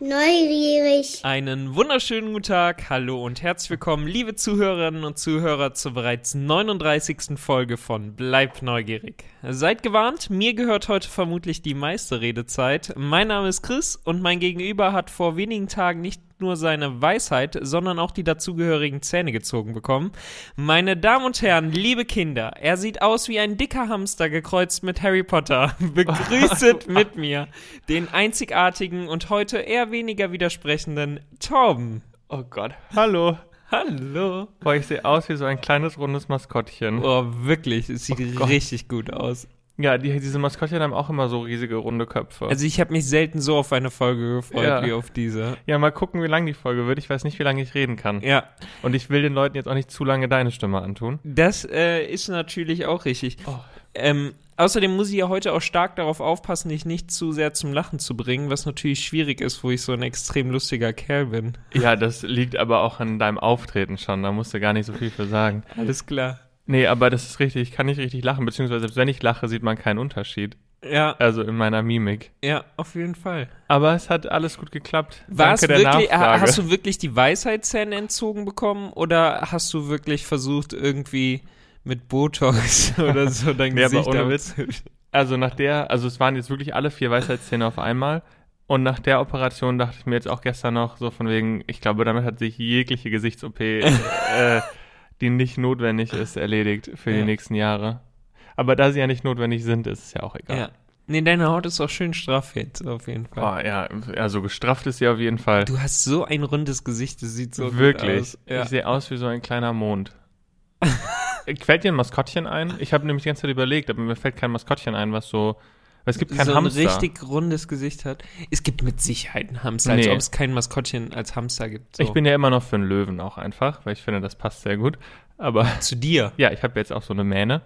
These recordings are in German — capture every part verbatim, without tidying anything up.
Neugierig. Einen wunderschönen guten Tag, hallo und herzlich willkommen, liebe Zuhörerinnen und Zuhörer, zur bereits neununddreißigsten Folge von Bleib neugierig. Seid gewarnt, mir gehört heute vermutlich die meiste Redezeit. Mein Name ist Chris und mein Gegenüber hat vor wenigen Tagen nicht nur seine Weisheit, sondern auch die dazugehörigen Zähne gezogen bekommen. Meine Damen und Herren, liebe Kinder, er sieht aus wie ein dicker Hamster gekreuzt mit Harry Potter. Begrüßet mit mir den einzigartigen und heute eher weniger widersprechenden Torben. Oh Gott. Hallo. Hallo. Boah, ich sehe aus wie so ein kleines, rundes Maskottchen. Oh, wirklich, es sieht Oh richtig gut aus. Ja, die, diese Maskottchen haben auch immer so riesige, runde Köpfe. Also ich habe mich selten so auf eine Folge gefreut Ja. wie auf diese. Ja, mal gucken, wie lang die Folge wird. Ich weiß nicht, wie lange ich reden kann. Ja, Und ich will den Leuten jetzt auch nicht zu lange deine Stimme antun. das äh, ist natürlich auch richtig. Oh. Ähm, außerdem muss ich ja heute auch stark darauf aufpassen, dich nicht zu sehr zum Lachen zu bringen, was natürlich schwierig ist, wo ich so ein extrem lustiger Kerl bin. Ja, das liegt aber auch an deinem Auftreten schon. Da musst du gar nicht so viel für sagen. Alles klar. Nee, aber das ist richtig. Ich kann nicht richtig lachen. Beziehungsweise selbst wenn ich lache, sieht man keinen Unterschied. Ja, Also in meiner Mimik. ja, auf jeden Fall. Aber es hat alles gut geklappt. War es Danke der wirklich, ha- Nachfrage. hast du wirklich die Weisheitszähne entzogen bekommen oder hast du wirklich versucht, irgendwie mit Botox oder so dein Nee, aber Gesicht ohne damit Witz. zu- Also nach der, also es waren jetzt wirklich alle vier Weisheitszähne auf einmal. Und nach der Operation dachte ich mir jetzt auch gestern noch so von wegen, ich glaube, damit hat sich jegliche Gesichts-O P, äh, die nicht notwendig ist, erledigt für Ja. die nächsten Jahre. Aber da sie ja nicht notwendig sind, ist es ja auch egal. Ja. Nee, deine Haut ist auch schön straff jetzt, auf jeden Fall. Oh, ja, also gestrafft ist sie auf jeden Fall. Du hast so ein rundes Gesicht, das sieht so Wirklich. gut aus. Ja. Ich sehe aus wie so ein kleiner Mond. Fällt dir ein Maskottchen ein? Ich habe nämlich die ganze Zeit überlegt, aber mir fällt kein Maskottchen ein, was so. Weil es gibt kein so Hamster. ein richtig rundes Gesicht hat. Es gibt mit Sicherheit einen Hamster, als Nee. ob es kein Maskottchen als Hamster gibt. So. Ich bin ja immer noch für einen Löwen auch einfach, weil ich finde, das passt sehr gut. Aber zu dir. ja, ich habe jetzt auch so eine Mähne.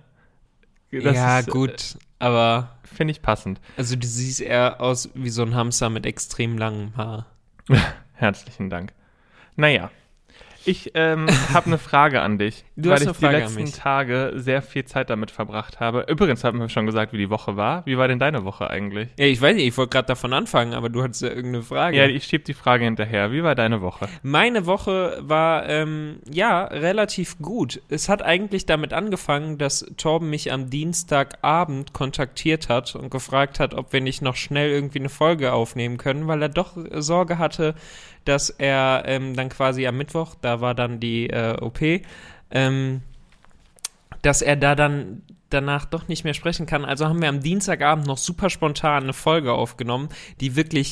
Das ja, ist, gut, aber äh, Finde ich passend. also du siehst eher aus wie so ein Hamster mit extrem langem Haar. Herzlichen Dank. Naja, ich ähm, habe eine Frage an dich, Du weil hast ich eine Frage die an letzten mich. Tage sehr viel Zeit damit verbracht habe. Übrigens haben wir schon gesagt, wie die Woche war. Wie war denn deine Woche eigentlich? Ja, ich weiß nicht, ich wollte gerade davon anfangen, aber du hattest ja irgendeine Frage. Ja, ich schieb die Frage hinterher. Wie war deine Woche? Meine Woche war, ähm, ja, relativ gut. Es hat eigentlich damit angefangen, dass Torben mich am Dienstagabend kontaktiert hat und gefragt hat, ob wir nicht noch schnell irgendwie eine Folge aufnehmen können, weil er doch Sorge hatte, dass er ähm, dann quasi am Mittwoch, da war dann die äh, O P, ähm, dass er da dann danach doch nicht mehr sprechen kann. Also haben wir am Dienstagabend noch super spontan eine Folge aufgenommen, die wirklich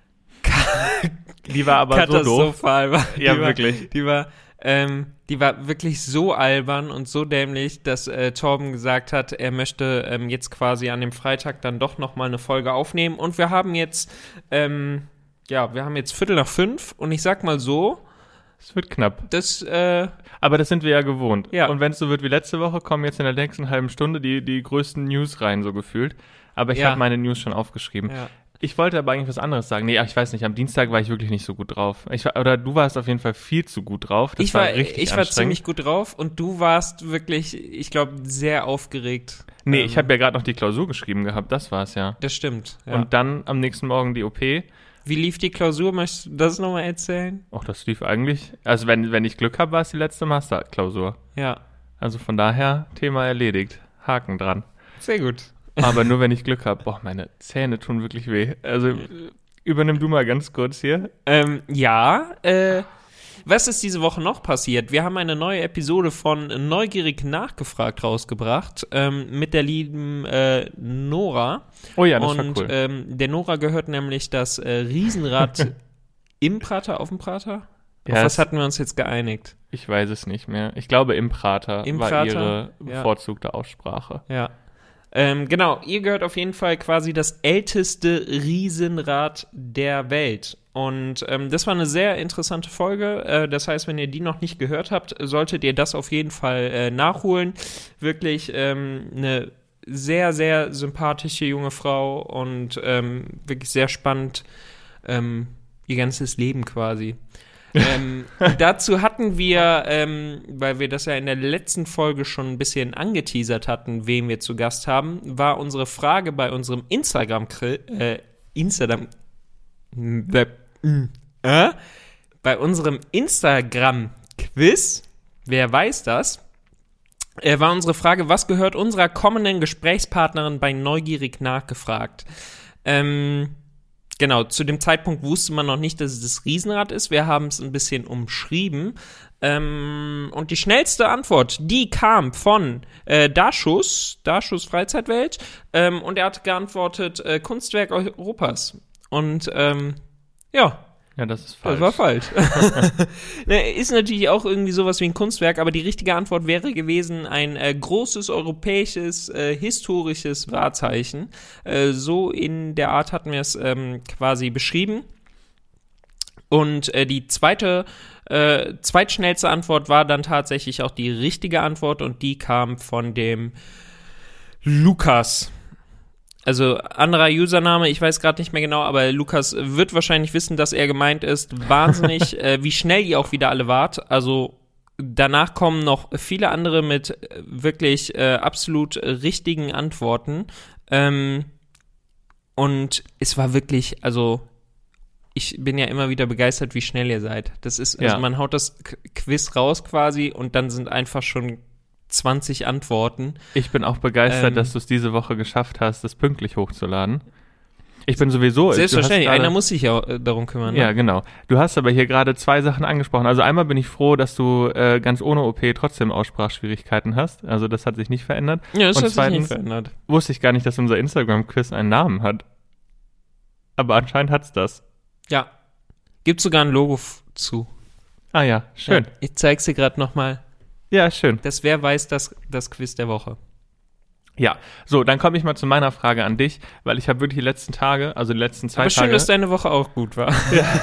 Die war aber so doof. katastrophal war. Ja, die war, wirklich. Die war, ähm, die war wirklich so albern und so dämlich, dass äh, Torben gesagt hat, er möchte ähm, jetzt quasi an dem Freitag dann doch nochmal eine Folge aufnehmen. Und wir haben jetzt, ähm, ja, wir haben jetzt Viertel nach fünf und ich sag mal so, Es wird knapp. das, äh, Aber das sind wir ja gewohnt. Ja. Und wenn es so wird wie letzte Woche, kommen jetzt in der nächsten halben Stunde die, die größten News rein, so gefühlt. Aber ich Ja. habe meine News schon aufgeschrieben. ja. Ich wollte aber eigentlich was anderes sagen. Nee, ich weiß nicht, am Dienstag war ich wirklich nicht so gut drauf. Ich war, oder du warst auf jeden Fall viel zu gut drauf. Das Ich war, richtig ich war anstrengend. ziemlich gut drauf und du warst wirklich, ich glaube, sehr aufgeregt. Nee, Ähm, ich habe ja gerade noch die Klausur geschrieben gehabt, das war's ja. Das stimmt. Ja. Und dann am nächsten Morgen die O P. Wie lief die Klausur? Möchtest du das nochmal erzählen? Och, das lief eigentlich. Also wenn, wenn ich Glück habe, war es die letzte Masterklausur. Ja, Also von daher, Thema erledigt. Haken dran. sehr gut. Aber nur wenn ich Glück habe. Boah, meine Zähne tun wirklich weh. Also übernimm du mal ganz kurz hier. Ähm, ja, äh, was ist diese Woche noch passiert? Wir haben eine neue Episode von Neugierig Nachgefragt rausgebracht, ähm, mit der lieben äh, Nora. Oh ja, das Und war cool. ähm, der Nora gehört nämlich das äh, Riesenrad im Prater, auf dem Prater? Ja, auf was es- hatten wir uns jetzt geeinigt? Ich weiß es nicht mehr. Ich glaube, im Prater Im war Prater? ihre Ja. bevorzugte Aussprache. Ja. Ähm, genau, ihr gehört auf jeden Fall quasi das älteste Riesenrad der Welt. Und ähm, das war eine sehr interessante Folge. Äh, das heißt, wenn ihr die noch nicht gehört habt, solltet ihr das auf jeden Fall äh, nachholen. Wirklich ähm, eine sehr, sehr sympathische junge Frau und ähm, wirklich sehr spannend, ähm, ihr ganzes Leben quasi. ähm, dazu hatten wir, ähm, weil wir das ja in der letzten Folge schon ein bisschen angeteasert hatten, wen wir zu Gast haben, war unsere Frage bei unserem Instagram, äh, Instagram, Äh? Bei unserem Instagram-Quiz, wer weiß das, äh, war unsere Frage, was gehört unserer kommenden Gesprächspartnerin bei Neugierig nachgefragt? Ähm, genau, zu dem Zeitpunkt wusste man noch nicht, dass es das Riesenrad ist. Wir haben es ein bisschen umschrieben. Ähm, und die schnellste Antwort, die kam von äh, Darschus, Darschus Freizeitwelt. Ähm, und er hat geantwortet, äh, Kunstwerk Europas. Und ähm, ja, Ja, das ist falsch. das war falsch. Ne, ist natürlich auch irgendwie sowas wie ein Kunstwerk, aber die richtige Antwort wäre gewesen ein äh, großes europäisches, äh, historisches Wahrzeichen. Äh, so in der Art hatten wir es ähm, quasi beschrieben. Und äh, die zweite, äh, zweitschnellste Antwort war dann tatsächlich auch die richtige Antwort und die kam von dem Lukas. Also anderer Username, ich weiß gerade nicht mehr genau, aber Lukas wird wahrscheinlich wissen, dass er gemeint ist. Wahnsinnig, äh, wie schnell ihr auch wieder alle wart. Also danach kommen noch viele andere mit äh, wirklich äh, absolut richtigen Antworten. Ähm, und es war wirklich, also ich bin ja immer wieder begeistert, wie schnell ihr seid. Das ist, also Ja. man haut das K- Quiz raus quasi und dann sind einfach schon zwanzig Antworten. Ich bin auch begeistert, Ähm, dass du es diese Woche geschafft hast, das pünktlich hochzuladen. Ich bin sowieso... Selbstverständlich, du hast einer gerade- muss sich ja äh, darum kümmern. Ne? Ja, genau. Du hast aber hier gerade zwei Sachen angesprochen. Also einmal bin ich froh, dass du äh, ganz ohne O P trotzdem Aussprachschwierigkeiten hast. Also das hat sich nicht verändert. Ja, das Und hat sich zweitens nicht verändert. wusste ich gar nicht, dass unser Instagram-Quiz einen Namen hat. Aber anscheinend hat's das. Ja. Gibt sogar ein Logo f- zu. Ah ja, schön. Ja, ich zeig's dir gerade nochmal. Ja, schön. Das Wer weiß das, das Quiz der Woche. Ja, so, dann komme ich mal zu meiner Frage an dich, weil ich habe wirklich die letzten Tage, also die letzten zwei Aber schön, Tage... dass deine Woche auch gut war.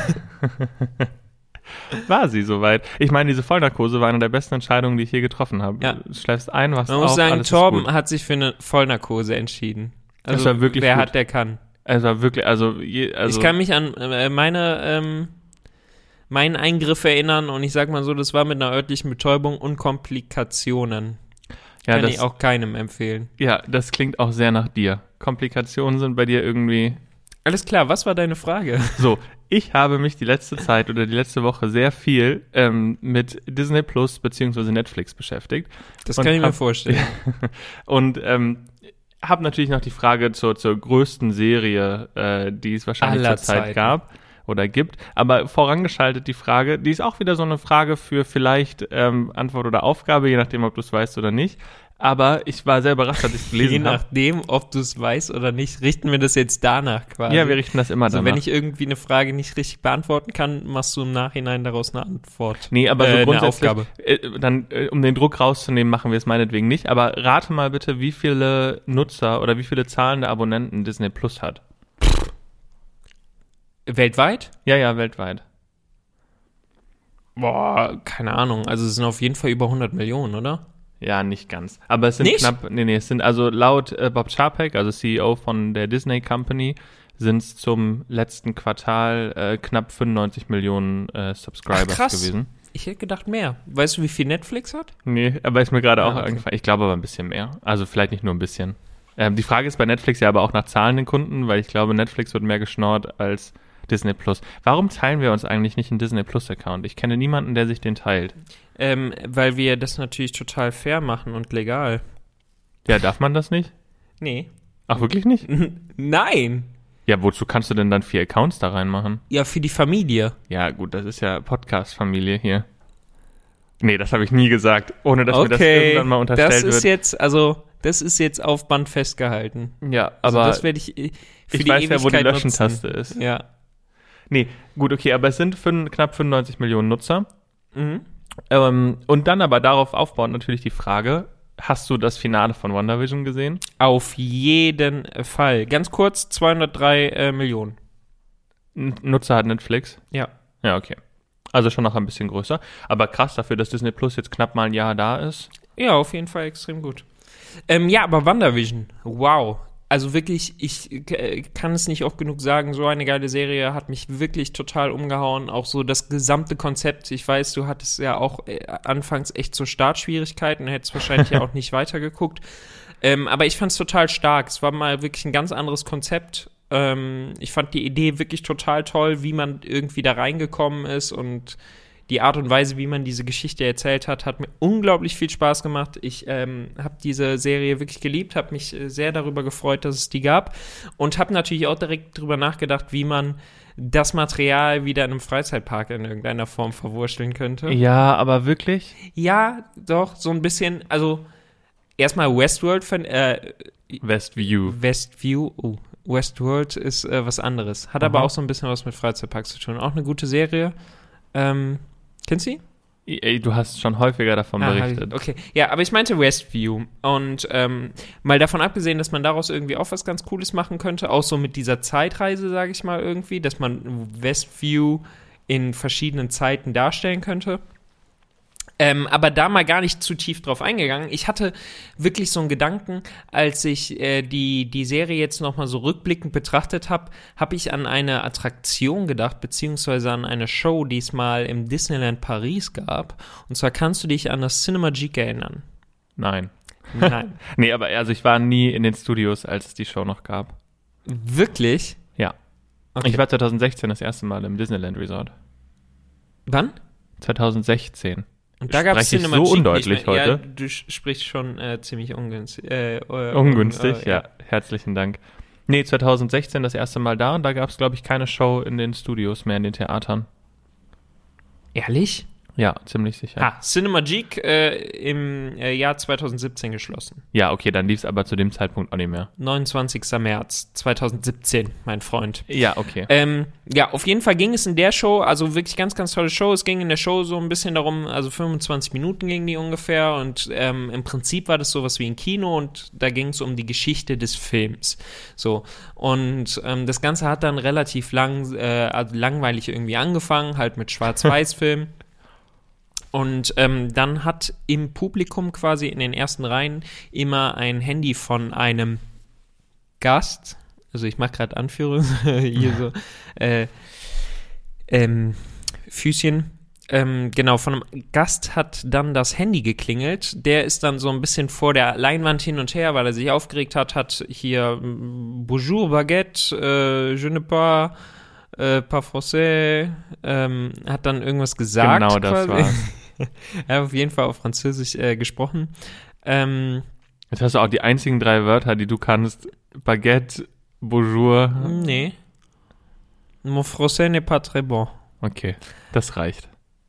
War sie soweit. Ich meine, diese Vollnarkose war eine der besten Entscheidungen, die ich je getroffen habe. Ja. Du schläfst ein, wachst Man auf, muss sagen, alles ist Torben gut. hat sich für eine Vollnarkose entschieden. Das Also war wirklich wer gut. hat, der kann. Es war wirklich, also... Je, also ich kann mich an äh, meine ähm, meinen Eingriff erinnern und ich sag mal so, das war mit einer örtlichen Betäubung und Komplikationen. ja, Kann das, ich auch keinem empfehlen. ja, das klingt auch sehr nach dir. Komplikationen sind bei dir irgendwie... Alles klar, was war deine Frage? So, ich habe mich die letzte Zeit oder die letzte Woche sehr viel ähm, mit Disney Plus beziehungsweise Netflix beschäftigt. Das Und kann ich mir hab- vorstellen. Und ähm, habe natürlich noch die Frage zur, zur größten Serie, äh, die es wahrscheinlich Aller zurzeit Zeiten. gab oder gibt. Aber vorangeschaltet die Frage, die ist auch wieder so eine Frage für vielleicht ähm, Antwort oder Aufgabe, je nachdem, ob du es weißt oder nicht. Aber ich war sehr überrascht, als ich es Je gelesen habe. nachdem, ob du es weißt oder nicht, richten wir das jetzt danach quasi. Ja, wir richten das immer Also danach. wenn ich irgendwie eine Frage nicht richtig beantworten kann, machst du im Nachhinein daraus eine Antwort. Nee, aber so äh, eine grundsätzlich, Aufgabe. äh, dann, äh, um den Druck rauszunehmen, machen wir es meinetwegen nicht. Aber rate mal bitte, wie viele Nutzer oder wie viele zahlende Abonnenten Disney Plus hat. Weltweit? Ja, ja, weltweit. Boah, keine Ahnung. Also es sind auf jeden Fall über hundert Millionen, oder? Ja, nicht ganz. Aber es sind Nicht? knapp, nee, nee, es sind also laut äh, Bob Chapek, also C E O von der Disney Company, sind es zum letzten Quartal äh, knapp fünfundneunzig Millionen äh, Subscribers Ach, krass. gewesen. Ich hätte gedacht mehr. Weißt du, wie viel Netflix hat? Nee, aber ist mir gerade auch Ah, okay. eingefallen. Ich glaube aber ein bisschen mehr. Also vielleicht nicht nur ein bisschen. Ähm, die Frage ist bei Netflix ja aber auch nach zahlenden Kunden, weil ich glaube, Netflix wird mehr geschnorrt als Disney Plus. Warum teilen wir uns eigentlich nicht einen Disney Plus Account? Ich kenne niemanden, der sich den teilt. Ähm, weil wir das natürlich total fair machen und legal. Ja, darf man das nicht? Nee. Ach, wirklich nicht? Nein. Ja, wozu kannst du denn dann vier Accounts da reinmachen? Ja, für die Familie. Ja, gut, das ist ja Podcast-Familie hier. Nee, das habe ich nie gesagt, ohne dass mir das Okay, irgendwann mal unterstellt das ist wird. jetzt, also, das ist jetzt auf Band festgehalten. Ja, Also aber das werde ich äh, für ich die weiß ja, wo die Ewigkeit Löschen-Taste nutzen. ist. Ja. Nee, gut, okay, aber es sind fün- knapp fünfundneunzig Millionen Nutzer. Mhm. Ähm, und dann aber darauf aufbauend natürlich die Frage, hast du das Finale von WandaVision gesehen? Auf jeden Fall. Ganz kurz, zweihundertdrei äh, Millionen. N- Nutzer hat Netflix? Ja. Ja, okay. Also schon noch ein bisschen größer. Aber krass dafür, dass Disney Plus jetzt knapp mal ein Jahr da ist. Ja, auf jeden Fall extrem gut. Ähm, ja, aber WandaVision, wow. Also wirklich, ich äh, kann es nicht oft genug sagen, so eine geile Serie hat mich wirklich total umgehauen. Auch so das gesamte Konzept. Ich weiß, du hattest ja auch äh, anfangs echt so Startschwierigkeiten, hättest wahrscheinlich ja auch nicht weitergeguckt. Ähm, aber ich fand es total stark. Es war mal wirklich ein ganz anderes Konzept. Ähm, ich fand die Idee wirklich total toll, wie man irgendwie da reingekommen ist und die Art und Weise, wie man diese Geschichte erzählt hat, hat mir unglaublich viel Spaß gemacht. Ich ähm, habe diese Serie wirklich geliebt, habe mich äh, sehr darüber gefreut, dass es die gab und habe natürlich auch direkt drüber nachgedacht, wie man das Material wieder in einem Freizeitpark in irgendeiner Form verwurschteln könnte. Ja, aber wirklich? Ja, doch, so ein bisschen, also erstmal Westworld, äh, Westview. Westview, oh, Westworld ist äh, was anderes. Hat Aha. aber auch so ein bisschen was mit Freizeitparks zu tun. Auch eine gute Serie. Ähm, Kennst du sie? Ey, du hast schon häufiger davon ah, berichtet. Okay, ja, aber ich meinte Westview. Und ähm, mal davon abgesehen, dass man daraus irgendwie auch was ganz Cooles machen könnte, auch so mit dieser Zeitreise, sage ich mal irgendwie, dass man Westview in verschiedenen Zeiten darstellen könnte. Ähm, aber da mal gar nicht zu tief drauf eingegangen. Ich hatte wirklich so einen Gedanken, als ich äh, die, die Serie jetzt nochmal so rückblickend betrachtet habe, habe ich an eine Attraktion gedacht, beziehungsweise an eine Show, die es mal im Disneyland Paris gab. Und zwar kannst du dich an das Cinemagique erinnern. Nein. Nein. Nee, aber also ich war nie in den Studios, als es die Show noch gab. Wirklich? Ja. Okay. Ich war zwanzig sechzehn das erste Mal im Disneyland Resort. Wann? zwanzig sechzehn. Und da gab es Spreche ich Cinemagique so undeutlich nicht mehr. heute? Ja, du sprichst schon äh, ziemlich ungünstig. Äh, äh, Ungünstig, äh, ja. Herzlichen Dank. Nee, zwanzig sechzehn das erste Mal da und da gab es, glaube ich, keine Show in den Studios mehr, in den Theatern. Ehrlich? Ja, ziemlich sicher. Ah, Cinemagique äh, im äh, Jahr zwanzig siebzehn geschlossen. Ja, okay, dann lief es aber zu dem Zeitpunkt auch nicht mehr. neunundzwanzigster März zwanzig siebzehn, mein Freund. Ja, okay. Ähm, ja, auf jeden Fall ging es in der Show, also wirklich ganz, ganz tolle Show. Es ging in der Show so ein bisschen darum, also fünfundzwanzig Minuten ging die ungefähr und ähm, im Prinzip war das sowas wie ein Kino und da ging es um die Geschichte des Films. So, und ähm, das Ganze hat dann relativ lang, äh, also langweilig irgendwie angefangen, halt mit Schwarz-Weiß-Film. Und ähm, dann hat im Publikum quasi in den ersten Reihen immer ein Handy von einem Gast, also ich mache gerade Anführungs, hier so, äh, ähm, Füßchen, ähm, genau, von einem Gast hat dann das Handy geklingelt. Der ist dann so ein bisschen vor der Leinwand hin und her, weil er sich aufgeregt hat, hat hier Bonjour Baguette, äh, je ne pas, äh, pas français, ähm, hat dann irgendwas gesagt. Genau, das quasi. war's. Er hat auf jeden Fall auf Französisch äh, gesprochen. Ähm, Jetzt hast du auch die einzigen drei Wörter, die du kannst. Baguette, Bonjour. nee. Mon français n'est pas très bon. Okay, das reicht.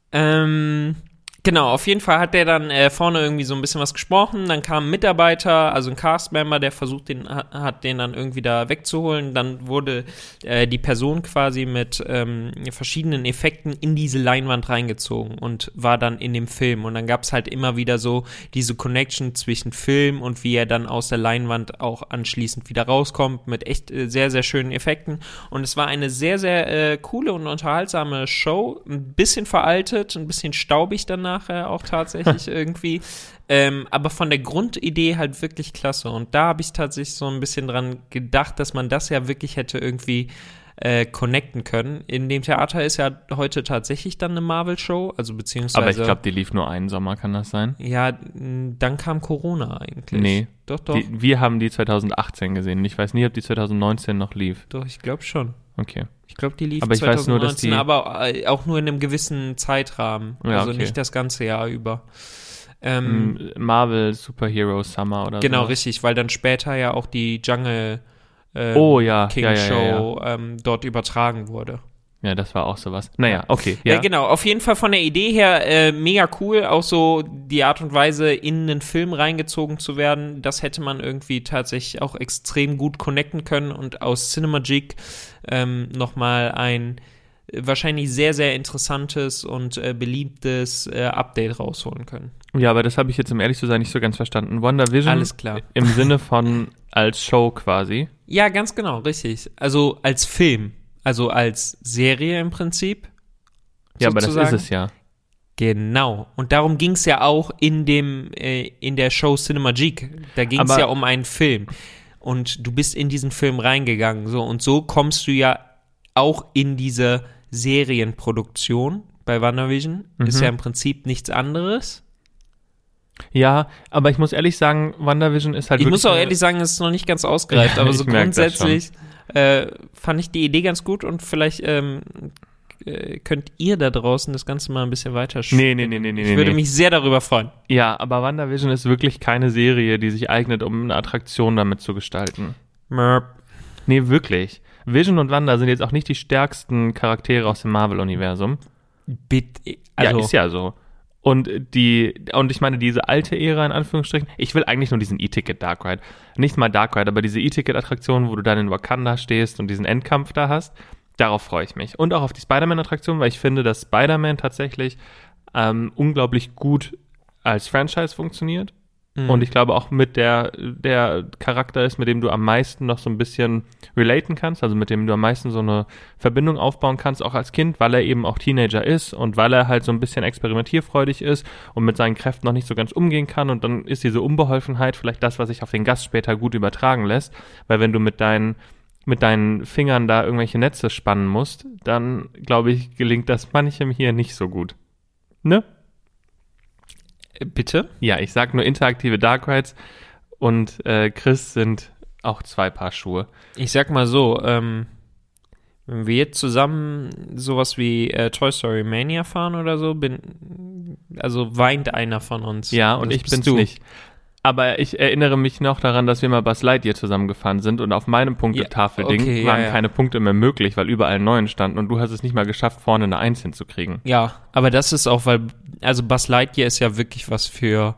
Ähm, genau, auf jeden Fall hat der dann äh, vorne irgendwie so ein bisschen was gesprochen. Dann kam ein Mitarbeiter, also ein Cast-Member, der versucht, den, hat den dann irgendwie da wegzuholen. Dann wurde äh, die Person quasi mit ähm, verschiedenen Effekten in diese Leinwand reingezogen und war dann in dem Film. Und dann gab es halt immer wieder so diese Connection zwischen Film und wie er dann aus der Leinwand auch anschließend wieder rauskommt mit echt äh, sehr, sehr schönen Effekten. Und es war eine sehr, sehr äh, coole und unterhaltsame Show. Ein bisschen veraltet, ein bisschen staubig danach. Nachher auch tatsächlich irgendwie, ähm, aber von der Grundidee halt wirklich klasse und da habe ich tatsächlich so ein bisschen dran gedacht, dass man das ja wirklich hätte irgendwie äh, connecten können. In dem Theater ist ja heute tatsächlich dann eine Marvel-Show, also beziehungsweise... Aber ich glaube, die lief nur einen Sommer, kann das sein? Ja, dann kam Corona eigentlich. Nee. Doch, doch. Die, wir haben die zwanzig achtzehn gesehen. Ich weiß nie, ob die zwanzig neunzehn noch lief. Doch, ich glaube schon. Okay. Ich glaube, die lief aber ich zwanzig neunzehn, weiß nur, dass die aber auch nur in einem gewissen Zeitrahmen. Ja, also okay. nicht das ganze Jahr über. Ähm, Marvel Superhero Summer oder so. Genau, richtig, weil dann später ja auch die Jungle ähm, oh, ja. King ja, ja, Show ja, ja. Ähm, dort übertragen wurde. Ja, das war auch sowas. Naja, okay. Ja, ja genau. Auf jeden Fall von der Idee her äh, mega cool. Auch so die Art und Weise, in einen Film reingezogen zu werden, das hätte man irgendwie tatsächlich auch extrem gut connecten können und aus Cinemagique ähm, nochmal ein äh, wahrscheinlich sehr, sehr interessantes und äh, beliebtes äh, Update rausholen können. Ja, aber das habe ich jetzt, um ehrlich zu sein, nicht so ganz verstanden. WandaVision Alles klar. Im Sinne von als Show quasi. Ja, ganz genau, richtig. Also als Film. Also als Serie im Prinzip. Ja, sozusagen. aber das ist es ja. Genau. Und darum ging es ja auch in dem äh, in der Show Cinemagique. Da ging es ja um einen Film. Und du bist in diesen Film reingegangen. So, und so kommst du ja auch in diese Serienproduktion bei WandaVision. Mhm. Ist ja im Prinzip nichts anderes. Ja, aber ich muss ehrlich sagen, WandaVision ist halt ich wirklich... Ich muss auch ehrlich sagen, es ist noch nicht ganz ausgereift, aber so grundsätzlich äh, fand ich die Idee ganz gut und vielleicht ähm, äh, könnt ihr da draußen das Ganze mal ein bisschen weiter Nee, nee, nee, nee, nee. Ich würde nee. mich sehr darüber freuen. Ja, aber WandaVision ist wirklich keine Serie, die sich eignet, um eine Attraktion damit zu gestalten. Merp. Nee, wirklich. Vision und Wanda sind jetzt auch nicht die stärksten Charaktere aus dem Marvel-Universum. Bitte, also, Ja, ist ja so. Und die, und ich meine, diese alte Ära in Anführungsstrichen, ich will eigentlich nur diesen E-Ticket Dark Ride. Nicht mal Dark Ride, aber diese E-Ticket-Attraktion, wo du dann in Wakanda stehst und diesen Endkampf da hast, darauf freue ich mich. Und auch auf die Spider-Man-Attraktion, weil ich finde, dass Spider-Man tatsächlich ähm, unglaublich gut als Franchise funktioniert. Mhm. Und ich glaube auch mit der, der Charakter ist, mit dem du am meisten noch so ein bisschen relaten kannst, also mit dem du am meisten so eine Verbindung aufbauen kannst, auch als Kind, weil er eben auch Teenager ist und weil er halt so ein bisschen experimentierfreudig ist und mit seinen Kräften noch nicht so ganz umgehen kann und dann ist diese Unbeholfenheit vielleicht das, was sich auf den Gast später gut übertragen lässt, weil wenn du mit deinen mit deinen Fingern da irgendwelche Netze spannen musst, dann, glaube ich, gelingt das manchem hier nicht so gut. Ne? Bitte? Ja, ich sag nur interaktive Dark Rides und äh, Chris sind auch zwei Paar Schuhe. Ich sag mal so, ähm, wenn wir jetzt zusammen sowas wie äh, Toy Story Mania fahren oder so, bin, also weint einer von uns. Ja, und das ich bist bin's du. nicht. Aber ich erinnere mich noch daran, dass wir mal Buzz Lightyear zusammengefahren sind und auf meinem Punktetafelding Ja, okay, waren ja, ja. keine Punkte mehr möglich, weil überall neun standen und du hast es nicht mal geschafft, vorne eine Eins hinzukriegen. Ja, aber das ist auch, weil, also Buzz Lightyear ist ja wirklich was für,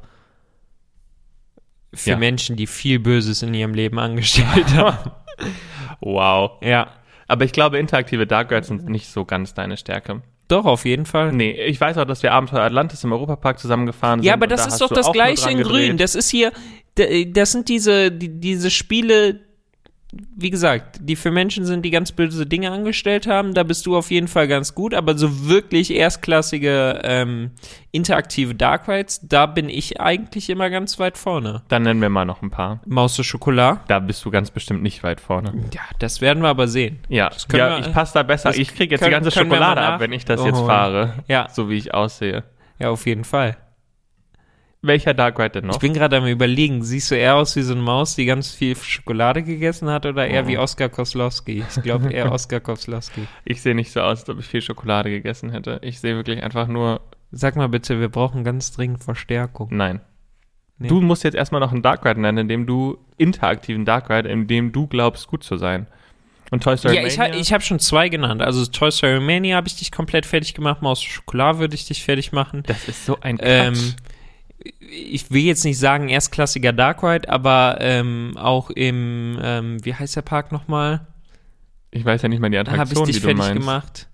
für Ja. Menschen, die viel Böses in ihrem Leben angestellt haben. Wow. Ja, Aber ich glaube, interaktive Dark Rides sind nicht so ganz deine Stärke. doch, auf jeden Fall. Nee, ich weiß auch, dass wir Abenteuer Atlantis im Europapark zusammengefahren sind. Ja, aber und das da ist hast doch du das auch nur Gleiche dran in Grün. gedreht. Das ist hier, d- das sind diese, die, diese Spiele, wie gesagt, die für Menschen sind, die ganz böse Dinge angestellt haben. Da bist du auf jeden Fall ganz gut, aber so wirklich erstklassige ähm, interaktive Dark Rides, da bin ich eigentlich immer ganz weit vorne. Dann nennen wir mal noch ein paar. Maus de Chocolat. Da bist du ganz bestimmt nicht weit vorne. Ja, das werden wir aber sehen. Ja, Das können ja wir- ich passe da besser. das Ich kriege jetzt können- die ganze können wir Schokolade mal nach- ab, wenn ich das Oh, jetzt fahre. Ja. So wie ich aussehe. Ja, auf jeden Fall. Welcher Dark Ride denn noch? Ich bin gerade am Überlegen, siehst du eher aus wie so eine Maus, die ganz viel Schokolade gegessen hat oder eher Oh. wie Oskar Koslowski? Ich glaube eher Oskar Koslowski. Ich sehe nicht so aus, als ob ich viel Schokolade gegessen hätte. Ich sehe wirklich einfach nur, Sag mal bitte, wir brauchen ganz dringend Verstärkung. nein. Nee. Du musst jetzt erstmal noch einen Dark Ride nennen, in dem du, interaktiven Dark Ride, in dem du glaubst, gut zu sein. Und Toy Story Ja, ich, Mania? ha- ich habe schon zwei genannt. Also Toy Story Mania habe ich dich komplett fertig gemacht, Maus de Chocolat würde ich dich fertig machen. Das ist so ein Quatsch. Ähm, ich will jetzt nicht sagen erstklassiger Dark Ride, aber ähm, auch im, ähm, wie heißt der Park nochmal? ich weiß ja nicht mal die Da habe ich Attraktion, dich die du fertig meinst. gemacht.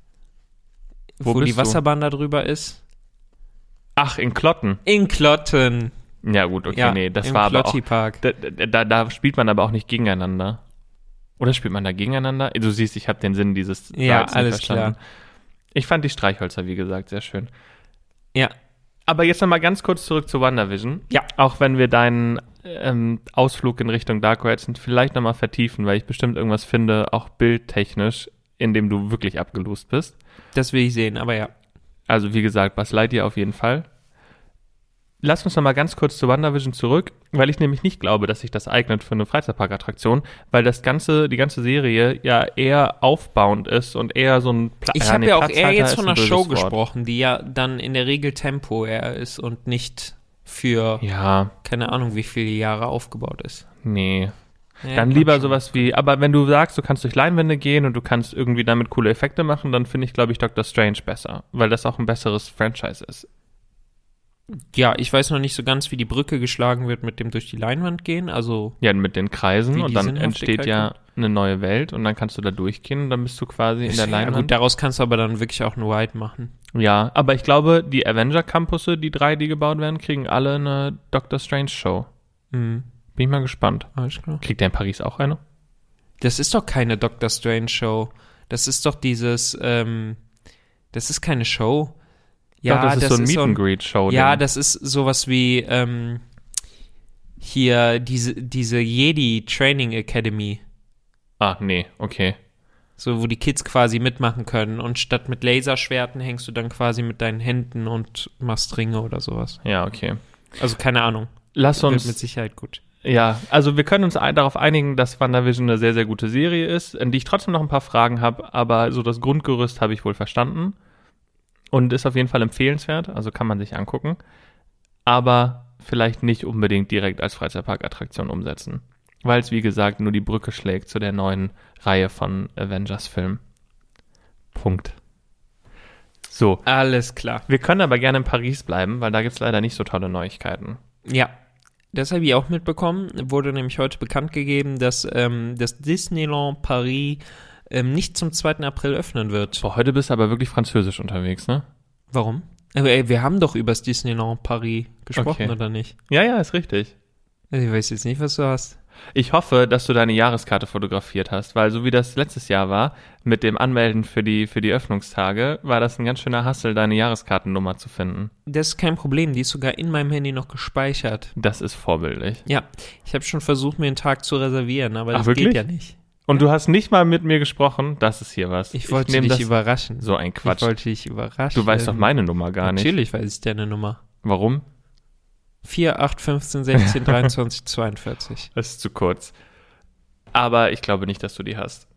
Wo Wo, bist die du? Wasserbahn da drüber ist. Ach, in Klotten. In Klotten. Ja gut, okay, Ja, nee, das im war aber auch, Klotti-Park. da, da, da spielt man aber auch nicht gegeneinander. Oder spielt man da gegeneinander? Du siehst, ich habe den Sinn dieses Ja, Rides nicht alles verstanden. klar. Ich fand die Streichhölzer, wie gesagt, sehr schön. Ja. Aber jetzt nochmal ganz kurz zurück zu WandaVision. Ja. Auch wenn wir deinen ähm, Ausflug in Richtung Dark Rides vielleicht nochmal vertiefen, weil ich bestimmt irgendwas finde, auch bildtechnisch, in dem du wirklich abgelost bist. Das will ich sehen, aber ja. Also wie gesagt, Buzz Lightyear auf jeden Fall. Lass uns nochmal ganz kurz zu WandaVision zurück, weil ich nämlich nicht glaube, dass sich das eignet für eine Freizeitparkattraktion, weil das ganze, die ganze Serie ja eher aufbauend ist und eher so ein Pla Ich ja, habe nee, ja auch eher Platzhalter jetzt ist von ein einer böses Show Wort. gesprochen, die ja dann in der Regel Tempo eher ist und nicht für Ja, keine Ahnung wie viele Jahre aufgebaut ist. nee. Ja, Dann kann lieber schon. sowas wie, aber wenn du sagst, du kannst durch Leinwände gehen und du kannst irgendwie damit coole Effekte machen, dann finde ich, glaube ich, Doctor Strange besser, weil das auch ein besseres Franchise ist. Ja, ich weiß noch nicht so ganz, wie die Brücke geschlagen wird mit dem durch die Leinwand gehen. Also Ja, mit den Kreisen Wie und die dann Sinnhaftigkeit entsteht ja eine neue Welt und dann kannst du da durchgehen und dann bist du quasi in der ja, Leinwand. gut, daraus kannst du aber dann wirklich auch eine Ride machen. Ja, aber ich glaube, die Avenger-Campusse, die drei, die gebaut werden, kriegen alle eine Doctor Strange-Show. Mhm. Bin ich mal gespannt. Alles klar. Kriegt der in Paris auch eine? Das ist doch keine Doctor Strange Show. Das ist doch dieses, ähm, das ist keine Show. Ja, Doch, das ist so ein Meet-and-Greet-Show. Ja, das ist sowas wie ähm, hier diese, diese Jedi Training Academy. Ah, nee, okay. So, wo die Kids quasi mitmachen können. Und statt mit Laserschwerten hängst du dann quasi mit deinen Händen und machst Ringe oder sowas. Ja, okay. Also keine Ahnung. Lass Wird uns, mit Sicherheit gut. Ja, also wir können uns ein, darauf einigen, dass WandaVision eine sehr, sehr gute Serie ist, in die ich trotzdem noch ein paar Fragen habe, aber so das Grundgerüst habe ich wohl verstanden und ist auf jeden Fall empfehlenswert, also kann man sich angucken, aber vielleicht nicht unbedingt direkt als Freizeitparkattraktion umsetzen, weil es, wie gesagt, nur die Brücke schlägt zu der neuen Reihe von Avengers-Filmen. Punkt. So. Alles klar. Wir können aber gerne in Paris bleiben, weil da gibt es leider nicht so tolle Neuigkeiten. Ja. Das habe ich auch mitbekommen, wurde nämlich heute bekannt gegeben, dass ähm, das Disneyland Paris ähm, nicht zum zweiten April öffnen wird. Boah, heute bist du aber wirklich französisch unterwegs, ne? Warum? Aber ey, wir haben doch über das Disneyland Paris gesprochen, Okay. oder nicht? Ja, ja, ist richtig. Also ich weiß jetzt nicht, was du hast. Ich hoffe, dass du deine Jahreskarte fotografiert hast, weil so wie das letztes Jahr war, mit dem Anmelden für die, für die Öffnungstage, war das ein ganz schöner Hassel, deine Jahreskartennummer zu finden. Das ist kein Problem, die ist sogar in meinem Handy noch gespeichert. Das ist vorbildlich. Ja, ich habe schon versucht, mir einen Tag zu reservieren, aber Ach, das wirklich? geht ja nicht. Und du hast nicht mal mit mir gesprochen, das ist hier was. Ich wollte nehm dich das, überraschen. So ein Quatsch. Ich wollte dich überraschen. Du weißt doch meine Nummer gar nicht. Natürlich weiß ich deine Nummer. Warum? vier, acht, fünfzehn, sechzehn, dreiundzwanzig, zweiundvierzig. Das ist zu kurz. Aber ich glaube nicht, dass du die hast.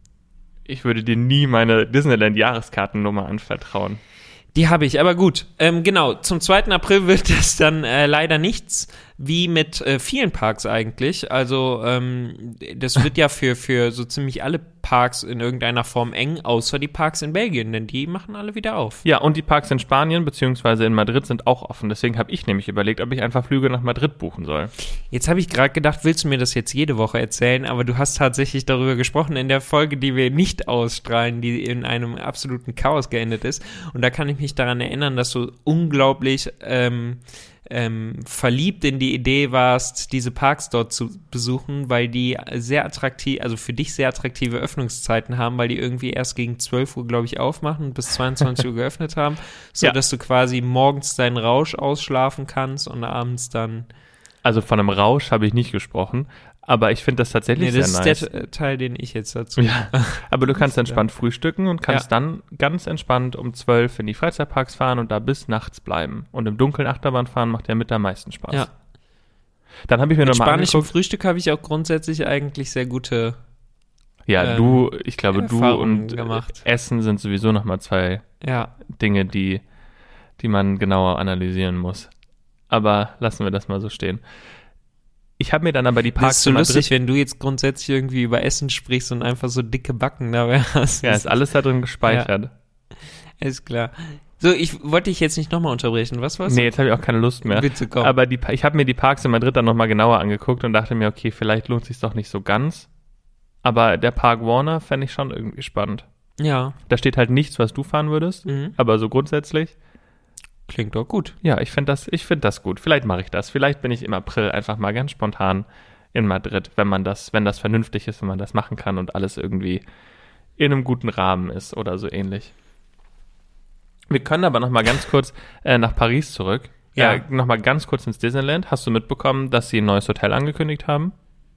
Ich würde dir nie meine Disneyland-Jahreskartennummer anvertrauen. Die habe ich, aber gut. Ähm, genau, zum zweiten April wird es dann äh, leider nichts, wie mit äh, vielen Parks eigentlich. Also ähm, das wird ja für, für so ziemlich alle Parks in irgendeiner Form eng, außer die Parks in Belgien, denn die machen alle wieder auf. Ja, und die Parks in Spanien bzw. in Madrid sind auch offen. Deswegen habe ich nämlich überlegt, ob ich einfach Flüge nach Madrid buchen soll. Jetzt habe ich gerade gedacht, willst du mir das jetzt jede Woche erzählen, aber du hast tatsächlich darüber gesprochen in der Folge, die wir nicht ausstrahlen, die in einem absoluten Chaos geendet ist. Und da kann ich mich daran erinnern, dass du unglaublich ähm, ähm, verliebt in die Idee warst, diese Parks dort zu besuchen, weil die sehr attraktiv, also für dich sehr attraktive Öffnungszeiten haben, weil die irgendwie erst gegen zwölf Uhr, glaube ich, aufmachen und bis zweiundzwanzig Uhr geöffnet haben, so Ja. dass du quasi morgens deinen Rausch ausschlafen kannst und abends dann. Also von einem Rausch habe ich nicht gesprochen, aber ich finde das tatsächlich Nee, das sehr ist nice. der äh, Teil, den ich jetzt dazu. Ja, aber du kannst entspannt frühstücken und kannst dann ganz entspannt um zwölf in die Freizeitparks fahren und da bis nachts bleiben. Und im Dunkeln Achterbahn fahren macht ja mit am meisten Spaß. Ja. Dann habe ich mir Mit nochmal spanischem angeguckt. Frühstück habe ich auch grundsätzlich eigentlich sehr gute. Ja, ähm, du, ich glaube, du Erfahrungen und gemacht. Essen sind sowieso nochmal zwei Ja, Dinge, die, die man genauer analysieren muss. Aber lassen wir das mal so stehen. Ich habe mir dann aber die das Parks ist so in Madrid- lustig, wenn du jetzt grundsätzlich irgendwie über Essen sprichst und einfach so dicke Backen dabei hast. Ja, ist alles da drin gespeichert. Ist klar. So, ich wollte dich jetzt nicht nochmal unterbrechen. Was war's? Nee, jetzt habe ich auch keine Lust mehr. Bitte komm. Aber die, ich habe mir die Parks in Madrid dann nochmal genauer angeguckt und dachte mir, okay, vielleicht lohnt sich doch nicht so ganz. Aber der Park Warner fände ich schon irgendwie spannend. Ja. Da steht halt nichts, was du fahren würdest, Mhm. aber so grundsätzlich, Klingt doch gut. ja, ich finde das, ich finde das gut. Vielleicht mache ich das. Vielleicht bin ich im April einfach mal ganz spontan in Madrid, wenn man das, wenn das vernünftig ist, wenn man das machen kann und alles irgendwie in einem guten Rahmen ist oder so ähnlich. Wir können aber noch mal ganz kurz äh, nach Paris zurück. Ja. Äh, noch mal ganz kurz ins Disneyland. Hast du mitbekommen, dass sie ein neues Hotel angekündigt haben?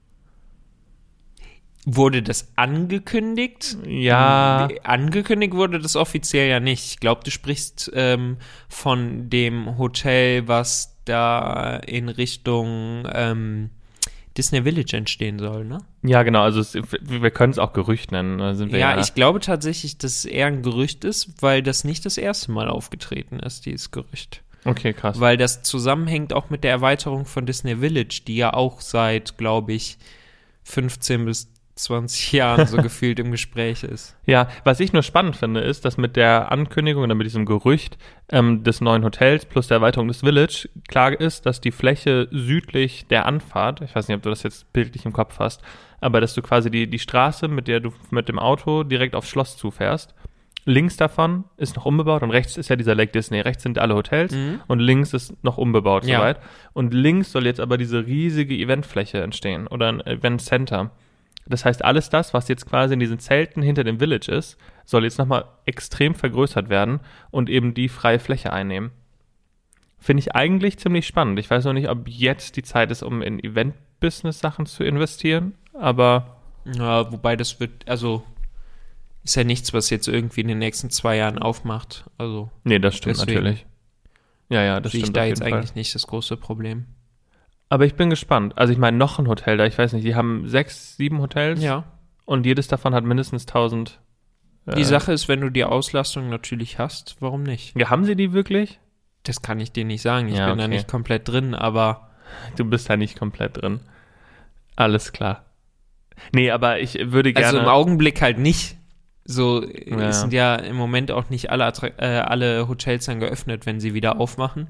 Wurde das angekündigt? Ja. Angekündigt wurde das offiziell ja nicht. Ich glaube, du sprichst ähm, von dem Hotel, was da in Richtung ähm, Disney Village entstehen soll, ne? Ja, genau. Also es, wir können es auch Gerücht nennen. Da sind wir Ja, ja, ich glaube tatsächlich, dass es eher ein Gerücht ist, weil das nicht das erste Mal aufgetreten ist, dieses Gerücht. Okay, krass. Weil das zusammenhängt auch mit der Erweiterung von Disney Village, die ja auch seit, glaube ich, fünfzehn bis zwanzig Jahren so gefühlt im Gespräch ist. Ja, was ich nur spannend finde, ist, dass mit der Ankündigung oder mit diesem Gerücht ähm, des neuen Hotels plus der Erweiterung des Village klar ist, dass die Fläche südlich der Anfahrt, ich weiß nicht, ob du das jetzt bildlich im Kopf hast, aber dass du quasi die, die Straße, mit der du mit dem Auto direkt aufs Schloss zufährst, links davon ist noch unbebaut und rechts ist ja dieser Lake Disney. Rechts sind alle Hotels Mhm. und links ist noch unbebaut Ja. soweit. Und links soll jetzt aber diese riesige Eventfläche entstehen oder ein Event Center. Das heißt, alles das, was jetzt quasi in diesen Zelten hinter dem Village ist, soll jetzt nochmal extrem vergrößert werden und eben die freie Fläche einnehmen. Finde ich eigentlich ziemlich spannend. Ich weiß noch nicht, ob jetzt die Zeit ist, um in Event-Business-Sachen zu investieren, aber Ja, wobei das wird, also ist ja nichts, was jetzt irgendwie in den nächsten zwei Jahren aufmacht. Also nee, das stimmt Deswegen natürlich. Ja, ja, das sehe ich stimmt da auf jetzt jeden Fall. eigentlich nicht das große Problem. Aber ich bin gespannt. Also ich meine, noch ein Hotel da, ich weiß nicht, die haben sechs, sieben Hotels. Ja. Und jedes davon hat mindestens tausend. Äh, Die Sache ist, wenn du die Auslastung natürlich hast, warum nicht? Ja, haben sie die wirklich? Das kann ich dir nicht sagen. Ich Ja, bin da okay. nicht komplett drin, aber Du bist da nicht komplett drin. Alles klar. Nee, aber ich würde gerne... also im Augenblick halt nicht. So, Ja. es sind ja im Moment auch nicht alle, Attra- äh, alle Hotels dann geöffnet, wenn sie wieder aufmachen.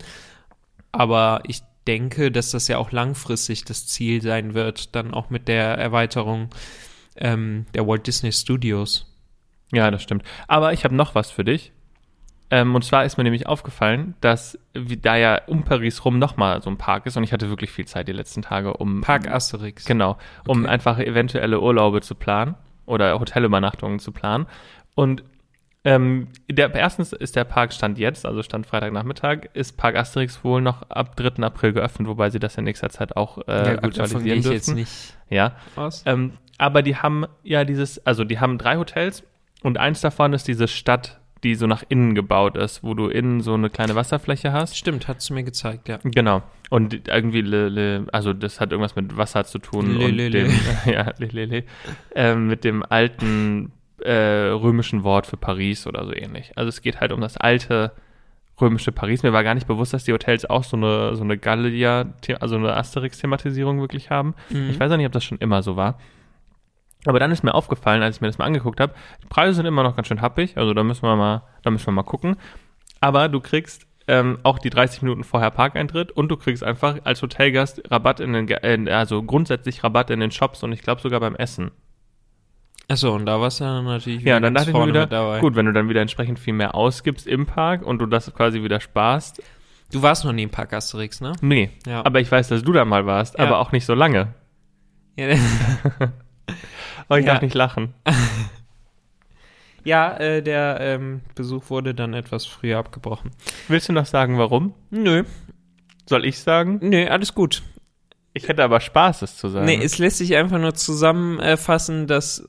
Aber ich denke, dass das ja auch langfristig das Ziel sein wird, dann auch mit der Erweiterung ähm, der Walt Disney Studios. Ja, das stimmt. Aber ich habe noch was für dich. Ähm, und zwar ist mir nämlich aufgefallen, dass wie, da ja um Paris rum nochmal so ein Park ist und ich hatte wirklich viel Zeit die letzten Tage, um... Park Asterix. Genau, um Okay. einfach eventuelle Urlaube zu planen oder Hotelübernachtungen zu planen. Und ähm, der, erstens ist der Park Stand jetzt, also Stand Freitagnachmittag, ist Park Asterix wohl noch ab dritten April geöffnet, wobei sie das in nächster Zeit auch äh, Ja gut, davon aktualisieren gehe ich dürften. jetzt nicht Ja, aus. ähm, aber die haben ja dieses, also die haben drei Hotels und eins davon ist diese Stadt, die so nach innen gebaut ist, wo du innen so eine kleine Wasserfläche hast. Stimmt, hast du mir gezeigt, ja. Genau. Und irgendwie, le, le, also das hat irgendwas mit Wasser zu tun. Le, und le, dem, le. ja, le, le, le, ähm, mit dem alten äh, römischen Wort für Paris oder so ähnlich. Also es geht halt um das alte römische Paris. Mir war gar nicht bewusst, dass die Hotels auch so eine, so eine Gallia, also eine Asterix-Thematisierung wirklich haben. Mhm. Ich weiß auch nicht, ob das schon immer so war. Aber dann ist mir aufgefallen, als ich mir das mal angeguckt habe, die Preise sind immer noch ganz schön happig, also da müssen wir mal, da müssen wir mal gucken. Aber du kriegst ähm, auch die dreißig Minuten vorher Parkeintritt und du kriegst einfach als Hotelgast Rabatt in den, Ge- äh, also grundsätzlich Rabatt in den Shops und ich glaube sogar beim Essen. Achso, und da warst du dann natürlich Ja, und dann ganz dachte ich mir vorne wieder, mit dabei. gut, wenn du dann wieder entsprechend viel mehr ausgibst im Park und du das quasi wieder sparst. Du warst noch nie im Park Asterix, ne? Nee, Ja. aber ich weiß, dass du da mal warst, Ja. aber auch nicht so lange. Ja, Aber ich Ja. darf nicht lachen. ja äh, der ähm, Besuch wurde dann etwas früher abgebrochen. Willst du noch sagen, warum? Nö, Soll ich sagen? nö, alles gut. Ich hätte aber Spaß, es zu sagen. Nee, es lässt sich einfach nur zusammenfassen, dass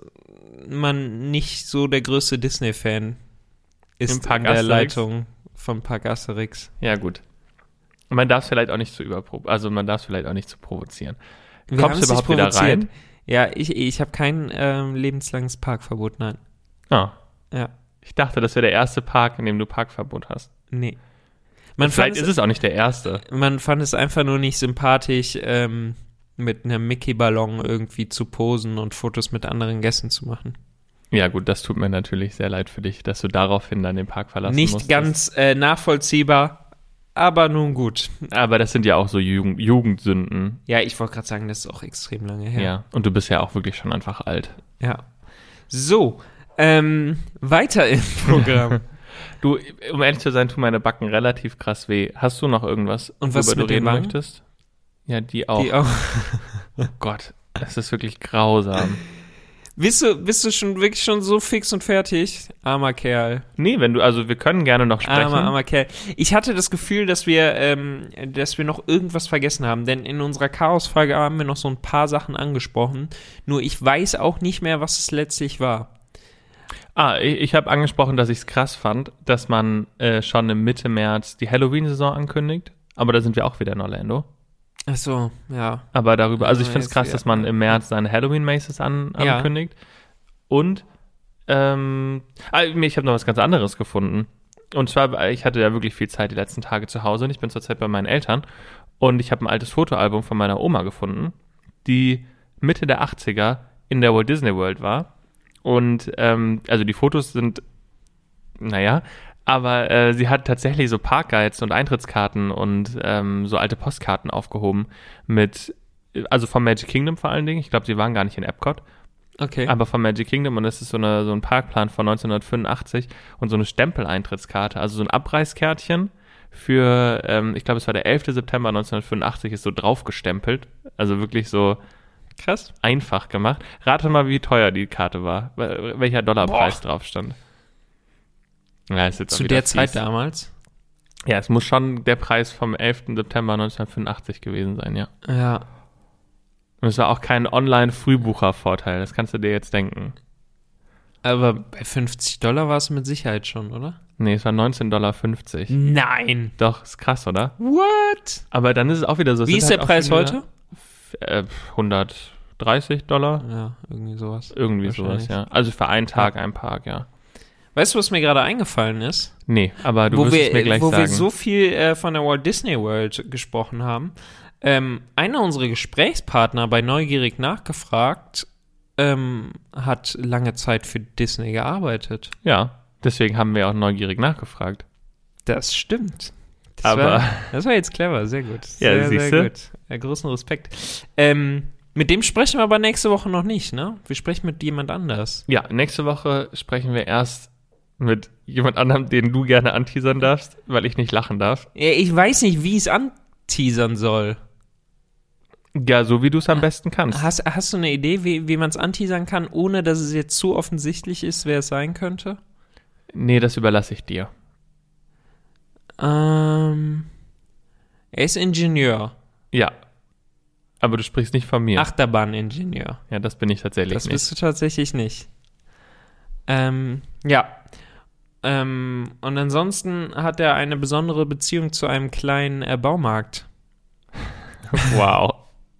man nicht so der größte Disney-Fan ist Im Park in der Asterix? Leitung vom Park Asterix. Ja, gut. Man darf es vielleicht auch nicht zu überpro also man darf es vielleicht auch nicht zu provozieren. Wir Kommst haben's du nicht überhaupt wieder provoziert. rein? Ja, ich, ich habe kein ähm, lebenslanges Parkverbot, nein. Ah, Ja, ich dachte, das wäre der erste Park, in dem du Parkverbot hast. nee. Man Vielleicht fand ist es auch nicht der erste. Man fand es einfach nur nicht sympathisch, ähm, mit einem Mickey-Ballon irgendwie zu posen und Fotos mit anderen Gästen zu machen. Ja gut, das tut mir natürlich sehr leid für dich, dass du daraufhin dann den Park verlassen Nicht musstest. ganz äh, nachvollziehbar, aber nun gut. Aber das sind ja auch so Jugend Jugendsünden. Ja, ich wollte gerade sagen, das ist auch extrem lange Ja. her. Und du bist ja auch wirklich schon einfach alt. Ja. So, ähm, weiter im Programm. Du, um ehrlich zu sein, tun meine Backen relativ krass weh. Hast du noch irgendwas, Und was worüber mit du den reden Wangen? möchtest? Ja, die auch. Die auch. Oh Gott, das ist wirklich grausam. Bist du, bist du schon wirklich schon so fix und fertig? Armer Kerl. Nee, wenn du, also wir können gerne noch sprechen. Armer, armer Kerl. Ich hatte das Gefühl, dass wir, ähm, dass wir noch irgendwas vergessen haben, denn in unserer Chaos-Folge haben wir noch so ein paar Sachen angesprochen. Nur ich weiß auch nicht mehr, was es letztlich war. Ah, ich, ich habe angesprochen, dass ich es krass fand, dass man äh, schon im Mitte März die Halloween-Saison ankündigt. Aber da sind wir auch wieder in Orlando. Ach so, ja. Aber darüber, also ich Ja, finde es jetzt krass, wieder. dass man im März seine Halloween-Maces an, Ja. ankündigt. Und ähm, ah, ich habe noch was ganz anderes gefunden. Und zwar, ich hatte ja wirklich viel Zeit die letzten Tage zu Hause und ich bin zurzeit bei meinen Eltern. Und ich habe ein altes Fotoalbum von meiner Oma gefunden, die Mitte der achtziger in der Walt Disney World war. Und ähm, also die Fotos sind, naja, aber äh, sie hat tatsächlich so Parkguides und Eintrittskarten und ähm, so alte Postkarten aufgehoben mit, also vom Magic Kingdom vor allen Dingen. Ich glaube, sie waren gar nicht in Epcot, Okay. aber vom Magic Kingdom und das ist so, eine, so ein Parkplan von neunzehnhundertfünfundachtzig und so eine Stempeleintrittskarte, also so ein Abreißkärtchen für, ähm, ich glaube, es war der elfter September neunzehnhundertfünfundachtzig, ist so drauf gestempelt, also wirklich so Krass. einfach gemacht. Rate mal, wie teuer die Karte war, wel- welcher Dollarpreis Boah. drauf stand. Ja, ist jetzt auch Zu wieder der Zeit fies. damals? Ja, es muss schon der Preis vom elfter September neunzehnhundertfünfundachtzig gewesen sein, ja. Ja. Und es war auch kein Online-Frühbucher-Vorteil, das kannst du dir jetzt denken. Aber bei fünfzig Dollar war es mit Sicherheit schon, oder? Nee, es war neunzehn Dollar fünfzig. Nein. Doch, ist krass, oder? What? Aber dann ist es auch wieder so. Wie ist halt der Preis heute? Äh, hundertdreißig Dollar. Ja, irgendwie sowas. Irgendwie sowas, ja. Also für einen Tag, ja. ein Park, ja. Weißt du, was mir gerade eingefallen ist? Nee, aber du wo wirst wir, es mir gleich wo sagen. Wo wir so viel äh, von der Walt Disney World gesprochen haben. Ähm, einer unserer Gesprächspartner bei Neugierig nachgefragt ähm, hat lange Zeit für Disney gearbeitet. Ja, deswegen haben wir auch neugierig nachgefragt. Das stimmt. Das aber war, das war jetzt clever, sehr gut. Ja, sehr, siehste? sehr gut. Ja, großen Respekt. Ähm, mit dem sprechen wir aber nächste Woche noch nicht, ne? Wir sprechen mit jemand anders. Ja, nächste Woche sprechen wir erst mit jemand anderem, den du gerne anteasern darfst, weil ich nicht lachen darf. Ja, ich weiß nicht, wie ich es anteasern soll. Ja, so wie du es am besten kannst. Hast, hast du eine Idee, wie, wie man es anteasern kann, ohne dass es jetzt zu offensichtlich ist, wer es sein könnte? Nee, das überlasse ich dir. Ähm, er ist Ingenieur. Ja. Aber du sprichst nicht von mir. Achterbahn-Ingenieur. Ja, das bin ich tatsächlich Das nicht. bist du tatsächlich nicht. Ähm, ja. Ähm, und ansonsten hat er eine besondere Beziehung zu einem kleinen äh, Baumarkt. Wow.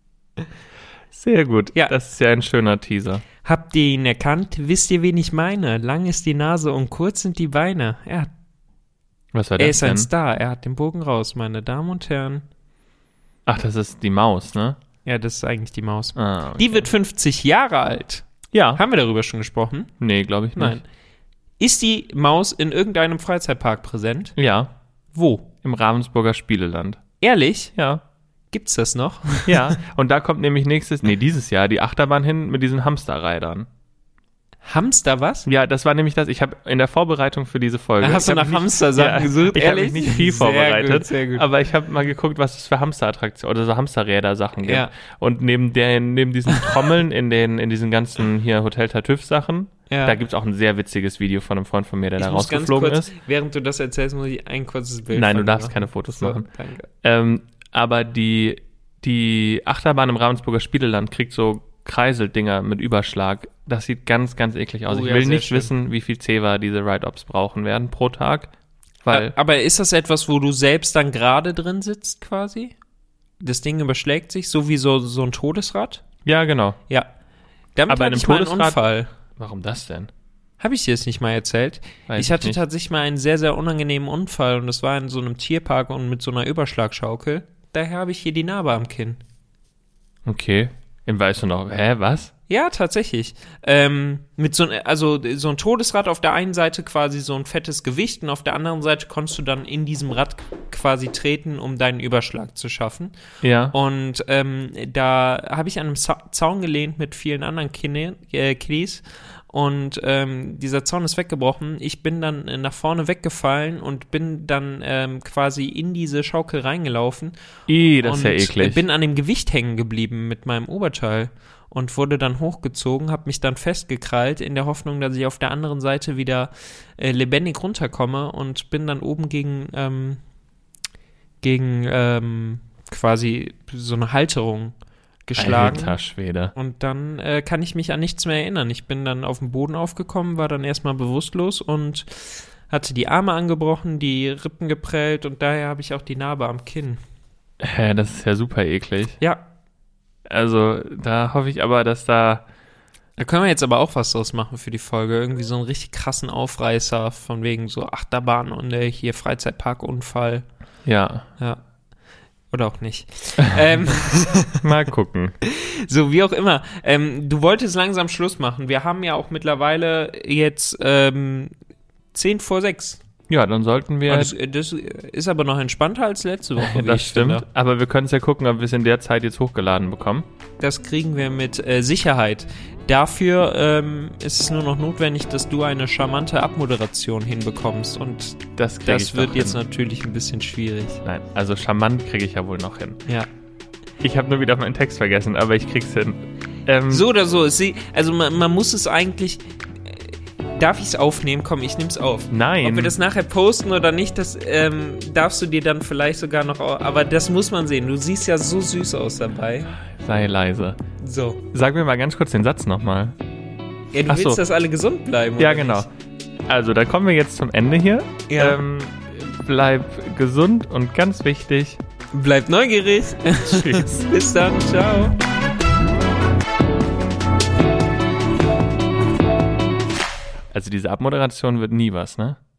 Sehr gut. Ja. Das ist ja ein schöner Teaser. Habt ihr ihn erkannt? Wisst ihr, wen ich meine? Lang ist die Nase und kurz sind die Beine. Er, Was war er das ist denn? ein Star. Er hat den Bogen raus, meine Damen und Herren. Ach, das ist die Maus, ne? Ja, das ist eigentlich die Maus. Ah, okay. Die wird fünfzig Jahre alt. Ja. Haben wir darüber schon gesprochen? Nee, glaube ich nicht. Nein. Ist die Maus in irgendeinem Freizeitpark präsent? Ja. Wo? Im Ravensburger Spieleland. Ehrlich? Ja. Gibt's das noch? Ja. Und da kommt nämlich nächstes, nee, dieses Jahr die Achterbahn hin mit diesen Hamsterreitern. Hamster was? Ja, das war nämlich das. Ich habe in der Vorbereitung für diese Folge. Da hast du ich hab nach nicht, Hamster-Sachen ja, gesucht, Ich habe ehrlich? mich nicht viel Sehr vorbereitet. gut, sehr gut. Aber ich habe mal geguckt, was es für Hamsterattraktionen oder so Hamsterräder-Sachen gibt. Ja. Und neben, der, neben diesen Trommeln in, den, in diesen ganzen hier Hotel Tartüff-Sachen, Ja. da gibt es auch ein sehr witziges Video von einem Freund von mir, der Ich da muss ganz rausgeflogen kurz, ist. während du das erzählst, muss ich ein kurzes Bild Nein, du von darfst dir keine machen. Fotos So, machen. danke. Ähm, aber die, die Achterbahn im Ravensburger Spieleland kriegt so Kreiseldinger mit Überschlag. Das sieht ganz, ganz eklig aus. Oh, ich ja, will sehr nicht schön. wissen, wie viel Zewa diese Ride-Ups brauchen werden pro Tag. Weil, Aber ist das etwas, wo du selbst dann gerade drin sitzt quasi? Das Ding überschlägt sich, so wie so, so ein Todesrad? ja, genau. Ja. Damit Aber in hatte einem ich mal einen Todesrad- Unfall. Warum das denn? Habe ich dir das nicht mal erzählt? Weiß ich hatte nicht. tatsächlich mal einen sehr, sehr unangenehmen Unfall und das war in so einem Tierpark und mit so einer Überschlagschaukel. Daher habe ich hier die Narbe am Kinn. Okay. Im weißt du noch, hä, was? Ja, tatsächlich. Ähm, mit so, also so ein Todesrad auf der einen Seite quasi so ein fettes Gewicht und auf der anderen Seite konntest du dann in diesem Rad quasi treten, um deinen Überschlag zu schaffen. Ja. Und ähm, da habe ich an einem Za- Zaun gelehnt mit vielen anderen Kinder, äh, Kiddies und ähm, dieser Zaun ist weggebrochen. Ich bin dann äh, nach vorne weggefallen und bin dann ähm, quasi in diese Schaukel reingelaufen. Ih, das ist ja und eklig. bin an dem Gewicht hängen geblieben mit meinem Oberteil und wurde dann hochgezogen, habe mich dann festgekrallt in der Hoffnung, dass ich auf der anderen Seite wieder äh, lebendig runterkomme und bin dann oben gegen ähm, gegen ähm, quasi so eine Halterung geschlagen. Alter Schwede. Und dann äh, kann ich mich an nichts mehr erinnern. Ich bin dann auf den Boden aufgekommen, war dann erstmal bewusstlos und hatte die Arme angebrochen, die Rippen geprellt und daher habe ich auch die Narbe am Kinn. Hä, das ist ja super eklig. Ja, Also, da hoffe ich aber, dass da. da können wir jetzt aber auch was draus machen für die Folge. Irgendwie so einen richtig krassen Aufreißer von wegen so Achterbahn und äh, hier Freizeitparkunfall. Ja. Ja. Oder auch nicht. ähm, Mal gucken. so, wie auch immer. Ähm, du wolltest langsam Schluss machen. Wir haben ja auch mittlerweile jetzt ähm, zehn vor sechs. Ja, dann sollten wir. Das, das ist aber noch entspannter als letzte Woche. wie das ich stimmt. finde. Aber wir können es ja gucken, ob wir es in der Zeit jetzt hochgeladen bekommen. Das kriegen wir mit äh, Sicherheit. Dafür ähm, ist es nur noch notwendig, dass du eine charmante Abmoderation hinbekommst. Und Das, krieg das ich wird doch jetzt hin. natürlich ein bisschen schwierig. Nein, also charmant kriege ich ja wohl noch hin. Ja. Ich habe nur wieder meinen Text vergessen, aber ich krieg's hin. Ähm, So oder so. Sie, also man, man muss es eigentlich. Darf ich es aufnehmen? Komm, ich nehme es auf. Nein. Ob wir das nachher posten oder nicht, das ähm, darfst du dir dann vielleicht sogar noch. au- Aber das muss man sehen. Du siehst ja so süß aus dabei. Sei leise. So. Sag mir mal ganz kurz den Satz nochmal. Ja, du Ach willst, so. dass alle gesund bleiben. Ja, oder genau. nicht? Also, da kommen wir jetzt zum Ende hier. Ja. Ähm, bleib gesund und ganz wichtig. Bleibt neugierig. Tschüss. Bis dann. Ciao. Also diese Abmoderation wird nie was, ne?